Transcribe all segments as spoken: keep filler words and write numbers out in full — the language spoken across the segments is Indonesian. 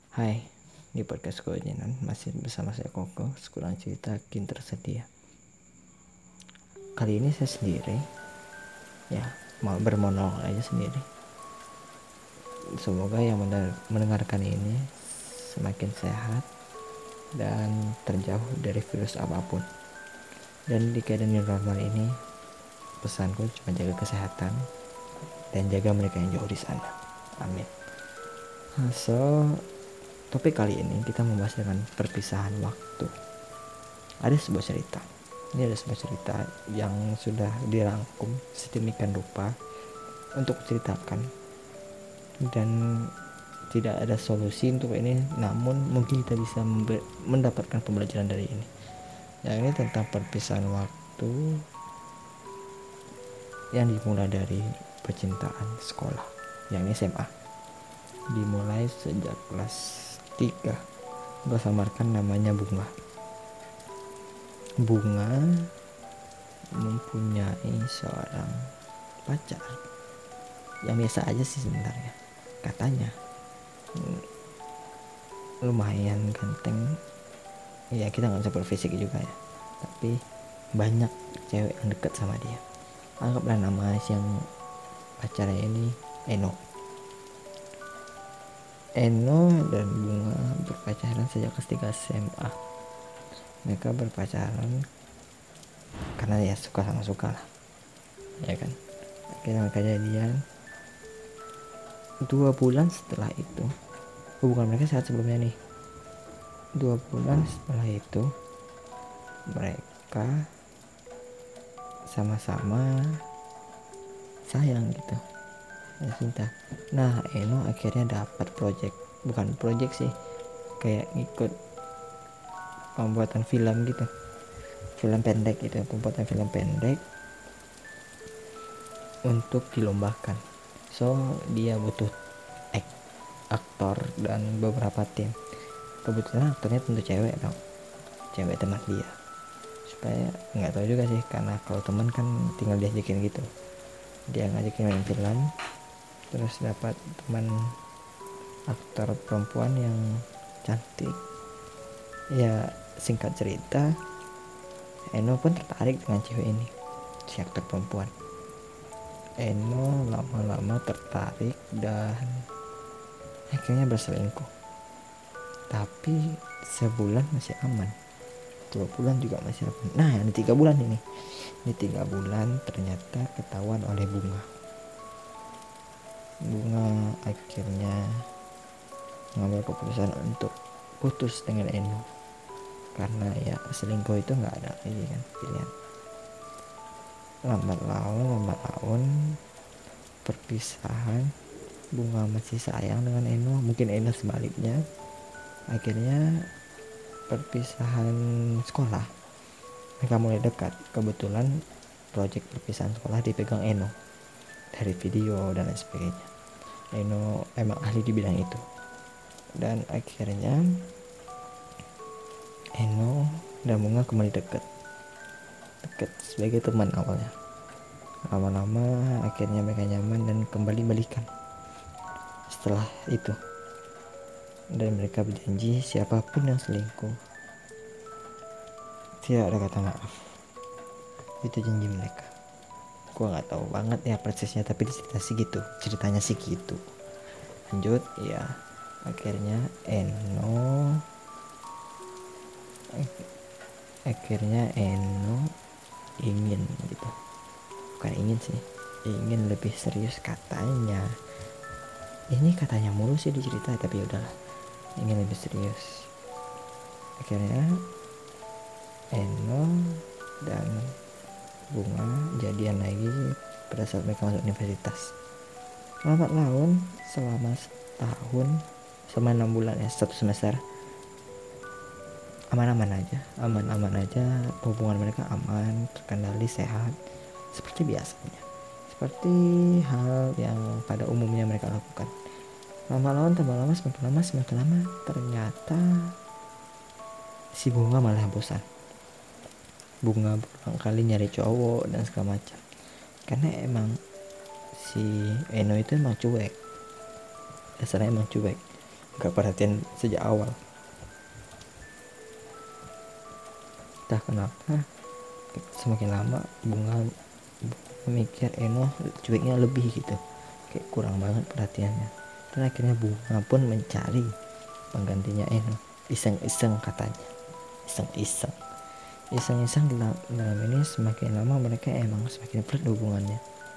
Hai, di podcast Kojenan masih bersama saya Koko, sekurang cerita kin tersedia. Kali ini saya sendiri, ya mau bermonolog aja sendiri. Semoga yang mendengarkan ini semakin sehat dan terjauh dari virus apapun. Dan di keadaan new normal ini, pesanku cuma jaga kesehatan dan jaga mereka yang jauh di sana. Amin. So, topik kali ini kita membahas dengan perpisahan waktu. Ada sebuah cerita. Ini ada sebuah cerita yang sudah dirangkum sedemikian rupa untuk diceritakan, dan tidak ada solusi untuk ini, namun mungkin kita bisa membe- mendapatkan pembelajaran dari ini. Yang ini tentang perpisahan waktu yang dimulai dari percintaan sekolah, yang ini S M A. Dimulai sejak kelas tiga. Gue samarkan namanya Bunga. Bunga mempunyai seorang pacar yang biasa aja sih sebenarnya, katanya lumayan ganteng ya, kita nggak bisa berfisik juga ya, tapi banyak cewek yang deket sama dia. Anggaplah nama yang pacarnya ini Eno. Eno dan Bunga berpacaran sejak kelas tiga S M A. Mereka berpacaran karena ya suka sama suka lah, ya kan. Akhirnya mereka jadian. Dua bulan setelah itu, hubungan mereka saat sebelumnya nih. Dua bulan setelah itu, mereka sama-sama sayang gitu, ya cinta. Nah, Eno akhirnya dapat project, bukan project sih, kayak ngikut pembuatan film gitu, film pendek gitu, pembuatan film pendek untuk dilombakan. So dia butuh ek- aktor dan beberapa tim. Kebetulan aktornya tentu cewek dong, cewek teman dia. Supaya nggak tahu juga sih, karena kalau teman kan tinggal diajakin gitu. Dia ngajakin main film, terus dapat teman aktor perempuan yang cantik. Ya singkat cerita, Eno pun tertarik dengan cewek ini, si aktor perempuan. Eno lama-lama tertarik dan akhirnya berselingkuh. Tapi sebulan masih aman, dua bulan juga masih aman. Nah, di tiga bulan ini, di tiga bulan ternyata ketahuan oleh Bunga. Bunga akhirnya mengambil keputusan untuk putus dengan Eno, karena ya selingkuh itu nggak ada lagi kan pilihan. Lambat laun, lambat laun perpisahan. Bunga masih sayang dengan Eno, mungkin Eno sebaliknya. Akhirnya perpisahan sekolah, mereka mulai dekat. Kebetulan proyek perpisahan sekolah dipegang Eno dari video dan lain sebagainya. Eno emang ahli di bidang itu, dan akhirnya Eno dan Bunga kembali dekat dekat sebagai teman awalnya. Lama-lama akhirnya mereka nyaman dan kembali balikan setelah itu. Dan mereka berjanji siapapun yang selingkuh tidak ada kata maaf. Itu janji mereka. Gua nggak tahu banget ya prosesnya, tapi cerita sih gitu, ceritanya sih gitu. Lanjut ya, akhirnya Eno akhirnya Eno ingin gitu, bukan ingin sih, ingin lebih serius katanya. Ini katanya mulu sih di cerita, tapi udahlah, ingin lebih serius. Akhirnya Eno dan Bunga jadian lagi pada saat mereka masuk universitas. Lambat laun, selama setahun, selama enam bulan ya, satu semester, aman-aman aja, aman-aman aja, hubungan mereka aman, terkendali, sehat, seperti biasanya, seperti hal yang pada umumnya mereka lakukan. Lama laun, tambah lama, semakin lama, semakin lama, ternyata si Bunga malah bosan. Bunga berulang kali nyari cowok dan segala macam, karena emang si Eno itu emang cuek, dasarnya emang cuek. nggak perhatian sejak awal. Entah kenapa semakin lama bunga, bunga mikir Eno cueknya lebih gitu, kayak kurang banget perhatiannya. Dan akhirnya bunga pun mencari penggantinya Eno, iseng-iseng katanya, iseng-iseng iseng-iseng dalam, dalam ini semakin lama mereka emang semakin perat hubungannya.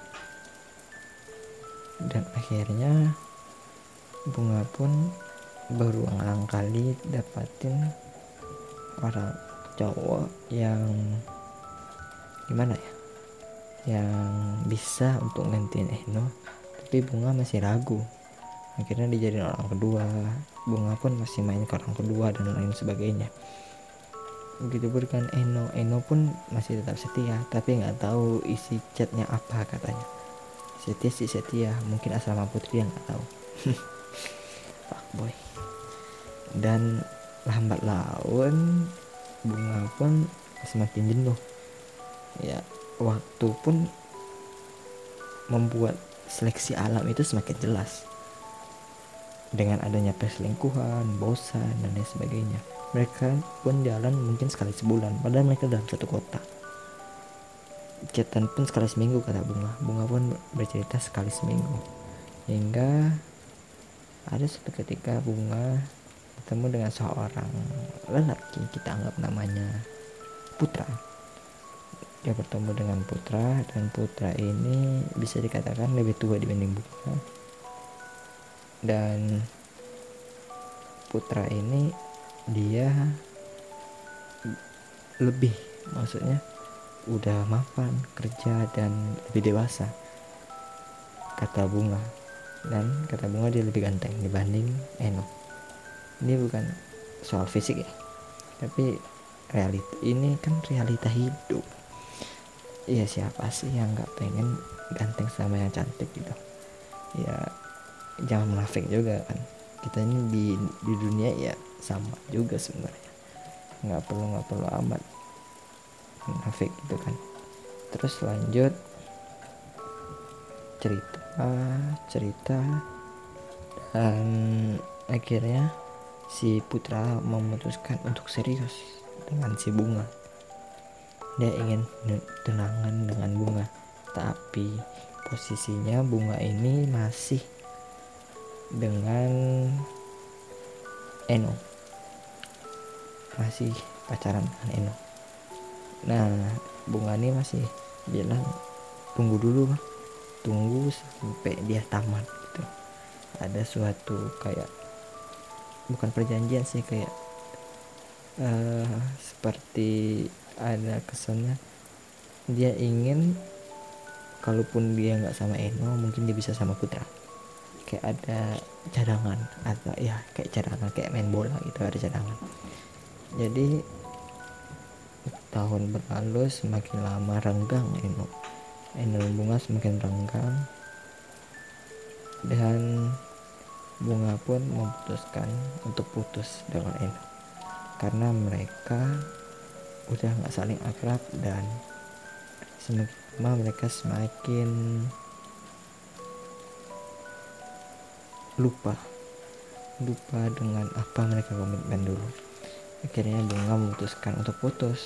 Dan akhirnya bunga pun berulang kali dapatin orang cowok yang gimana ya, yang bisa untuk gantiin Eno, tapi bunga masih ragu. Akhirnya dijadiin orang kedua, bunga pun masih main ke orang kedua dan lain sebagainya. Begitu pun kan Eno, Eno pun masih tetap setia, tapi nggak tahu isi chatnya apa katanya. Setia sih setia, mungkin asrama putri yang nggak tahu. Fuckboy. Dan lambat laun bunga pun semakin jenuh. Ya, waktu pun membuat seleksi alam itu semakin jelas. Dengan adanya perselingkuhan, bosan dan lain sebagainya. Mereka pun jalan mungkin sekali sebulan, padahal mereka dalam satu kota. Chatan pun sekali seminggu kata Bunga. Bunga pun bercerita sekali seminggu. Hingga ada suatu ketika Bunga bertemu dengan seorang lelaki, kita anggap namanya Putra. Dia bertemu dengan Putra, dan Putra ini bisa dikatakan lebih tua dibanding Bunga. Dan Putra ini dia lebih, maksudnya udah mapan, kerja dan lebih dewasa kata Bunga. Dan kata Bunga dia lebih ganteng dibanding Eno. Ini bukan soal fisik ya, tapi realita, ini kan realita hidup. Iya, siapa sih yang gak pengen ganteng sama yang cantik gitu. Ya jangan munafik juga kan, kita ini di di dunia ya sama juga sebenarnya, nggak perlu nggak perlu amat munafik gitu kan. Terus lanjut cerita cerita dan akhirnya si Putra memutuskan untuk serius dengan si Bunga. Dia ingin tunangan dengan Bunga, tapi posisinya Bunga ini masih dengan Eno, masih pacaran dengan Eno. Nah, Bunga ini masih bilang tunggu dulu bang, tunggu sampai dia tamat gitu. Ada suatu kayak, bukan perjanjian sih, kayak uh, seperti ada kesannya dia ingin kalaupun dia nggak sama Eno, mungkin dia bisa sama Putra. Kayak ada cadangan, atau ya kayak cadangan, kayak main bola gitu, ada cadangan. Jadi tahun berlalu, semakin lama renggang Eno Eno dan Bunga semakin renggang, dan Bunga pun memutuskan untuk putus dengan Eno karena mereka udah nggak saling akrab, dan semakin lama mereka semakin lupa lupa dengan apa mereka komitmen dulu. Akhirnya Bunga memutuskan untuk putus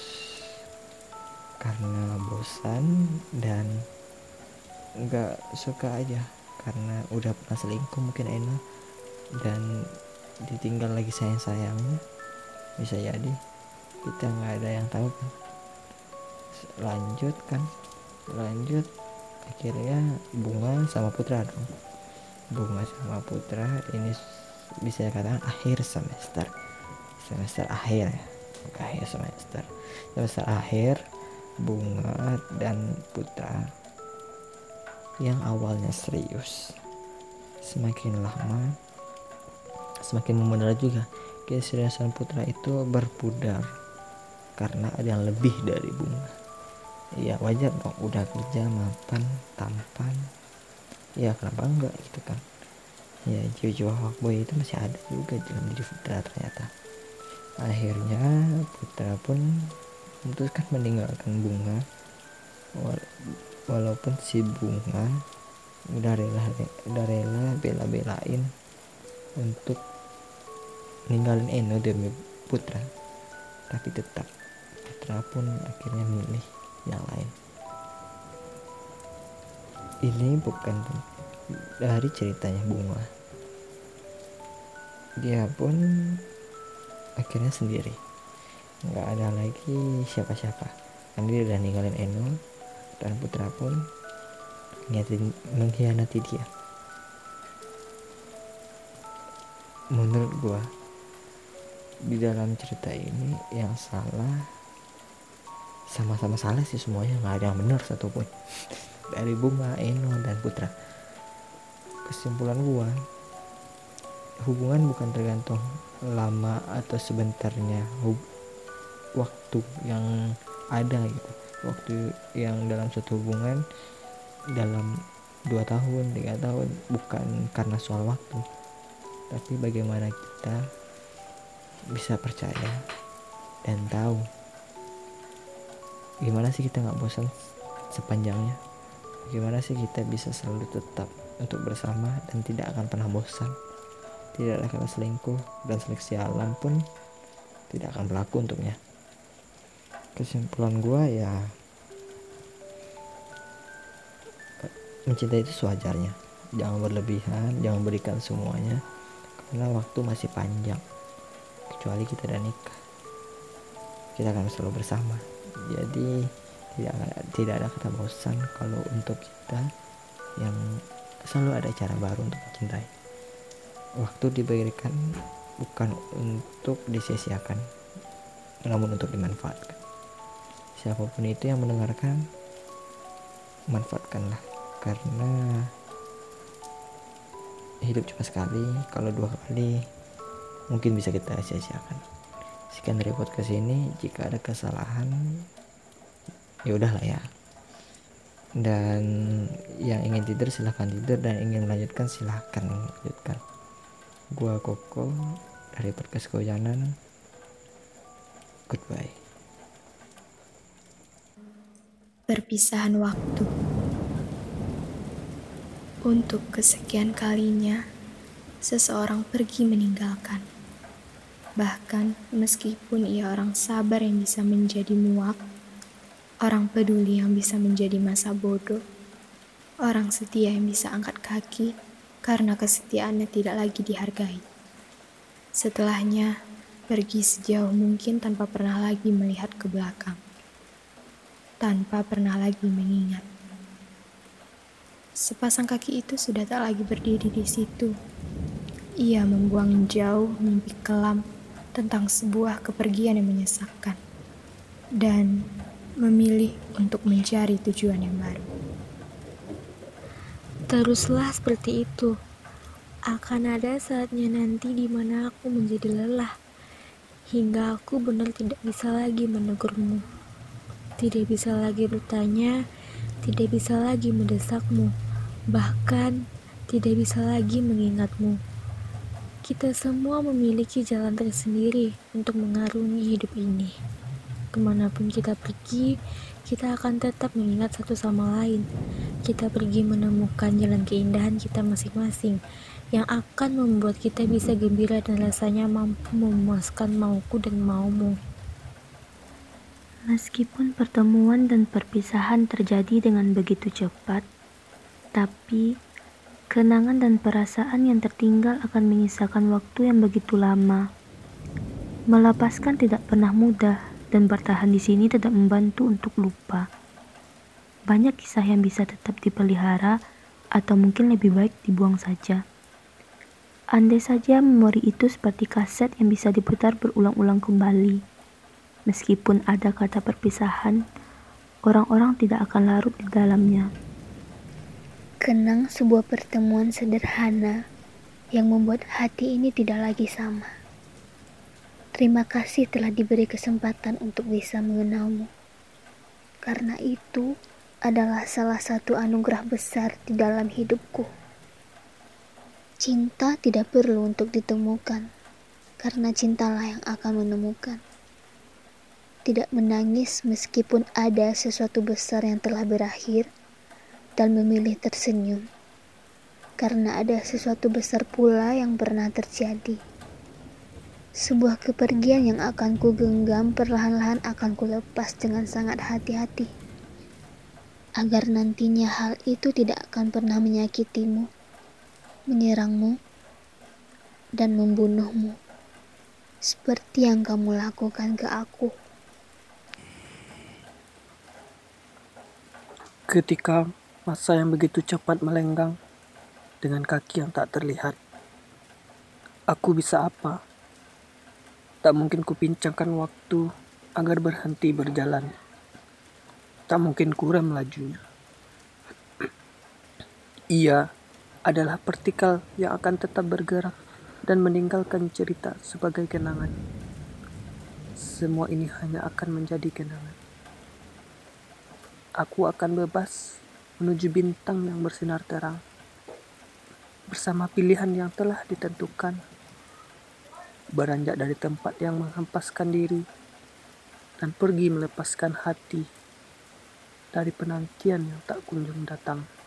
karena bosan dan nggak suka aja, karena udah pernah selingkuh mungkin Eno, dan ditinggal lagi sayang-sayangnya, bisa jadi, kita nggak ada yang tahu kan. Lanjut kan lanjut akhirnya Bunga sama Putra dong. Bunga sama Putra ini bisa dikatakan akhir semester semester akhir ya, akhir semester semester akhir. Bunga dan Putra yang awalnya serius, semakin lama semakin memudar juga. Keseriusan Putra itu berpudar karena ada yang lebih dari Bunga. Ya wajar dong, udah kerja, mapan, tampan, ya kenapa enggak gitu kan. Ya jiwa-jiwa fuckboy itu masih ada juga dalam diri Putra ternyata. Akhirnya Putra pun memutuskan meninggalkan Bunga, walaupun si Bunga udah rela udah rela bela-belain untuk ninggalin Eno demi Putra, tapi tetap Putra pun akhirnya milih yang lain. Ini bukan dari ceritanya Bunga, dia pun akhirnya sendiri, nggak ada lagi siapa-siapa, kan dia udah ninggalin Eno, dan Putra pun mengkhianati dia. Menurut gua, di dalam cerita ini yang salah sama-sama salah sih semuanya, nggak ada yang benar satupun dari Bunga, Eno, dan Putra. Kesimpulan gua, hubungan bukan tergantung lama atau sebentarnya hub- waktu yang ada gitu. Waktu yang dalam satu hubungan dalam dua tahun, tiga tahun, bukan karena soal waktu, tapi bagaimana kita bisa percaya dan tahu gimana sih kita nggak bosan sepanjangnya, gimana sih kita bisa selalu tetap untuk bersama dan tidak akan pernah bosan. Tidak ada kata selingkuh, dan seleksi alam pun tidak akan berlaku untuknya. Kesimpulan gue ya, mencintai itu sewajarnya, jangan berlebihan, jangan berikan semuanya, karena waktu masih panjang. Kecuali kita udah nikah, kita akan selalu bersama. Jadi tidak tidak ada kata bosan kalau untuk kita, yang selalu ada cara baru untuk mencintai. Waktu diberikan bukan untuk disia-siakan, namun untuk dimanfaatkan. Siapapun itu yang mendengarkan, manfaatkanlah, karena hidup cuma sekali. Kalau dua kali mungkin bisa kita sia-siakan. Sekian dari podcast ini. Jika ada kesalahan, ya udahlah ya. Dan yang ingin tidur silahkan tidur, dan ingin melanjutkan silahkan lanjutkan. Gua Koko dari podcast Kojanan. Goodbye. Perpisahan waktu. Untuk kesekian kalinya, seseorang pergi meninggalkan. Bahkan meskipun ia orang sabar yang bisa menjadi muak, orang peduli yang bisa menjadi masa bodoh, orang setia yang bisa angkat kaki karena kesetiaannya tidak lagi dihargai. Setelahnya, pergi sejauh mungkin tanpa pernah lagi melihat ke belakang, tanpa pernah lagi mengingat. Sepasang kaki itu sudah tak lagi berdiri di situ. Ia membuang jauh mimpi kelam tentang sebuah kepergian yang menyesakkan, dan memilih untuk mencari tujuan yang baru. Teruslah seperti itu. Akan ada saatnya nanti di mana aku menjadi lelah, hingga aku benar tidak bisa lagi menegurmu, tidak bisa lagi bertanya, tidak bisa lagi mendesakmu, bahkan tidak bisa lagi mengingatmu. Kita semua memiliki jalan tersendiri untuk mengarungi hidup ini. Kemanapun kita pergi, kita akan tetap mengingat satu sama lain. Kita pergi menemukan jalan keindahan kita masing-masing, yang akan membuat kita bisa gembira dan rasanya mampu memuaskan mauku dan maumu. Meskipun pertemuan dan perpisahan terjadi dengan begitu cepat, tapi kenangan dan perasaan yang tertinggal akan menyisakan waktu yang begitu lama. Melepaskan tidak pernah mudah, dan bertahan di sini tidak membantu untuk lupa. Banyak kisah yang bisa tetap dipelihara, atau mungkin lebih baik dibuang saja. Andai saja memori itu seperti kaset yang bisa diputar berulang-ulang kembali. Meskipun ada kata perpisahan, orang-orang tidak akan larut di dalamnya. Kenang sebuah pertemuan sederhana yang membuat hati ini tidak lagi sama. Terima kasih telah diberi kesempatan untuk bisa mengenalmu. Karena itu adalah salah satu anugerah besar di dalam hidupku. Cinta tidak perlu untuk ditemukan, karena cintalah yang akan menemukan. Tidak menangis meskipun ada sesuatu besar yang telah berakhir, dan memilih tersenyum, karena ada sesuatu besar pula yang pernah terjadi. Sebuah kepergian yang akan ku genggam perlahan-lahan akan ku lepas dengan sangat hati-hati. Agar nantinya hal itu tidak akan pernah menyakitimu, menyerangmu, dan membunuhmu. Seperti yang kamu lakukan ke aku. Ketika masa yang begitu cepat melenggang dengan kaki yang tak terlihat, aku bisa apa? Tak mungkin kupincangkan waktu agar berhenti berjalan. Tak mungkin kurang melajunya. Ia adalah partikel yang akan tetap bergerak dan meninggalkan cerita sebagai kenangan. Semua ini hanya akan menjadi kenangan. Aku akan bebas menuju bintang yang bersinar terang, bersama pilihan yang telah ditentukan, beranjak dari tempat yang menghempaskan diri, dan pergi melepaskan hati dari penantian yang tak kunjung datang.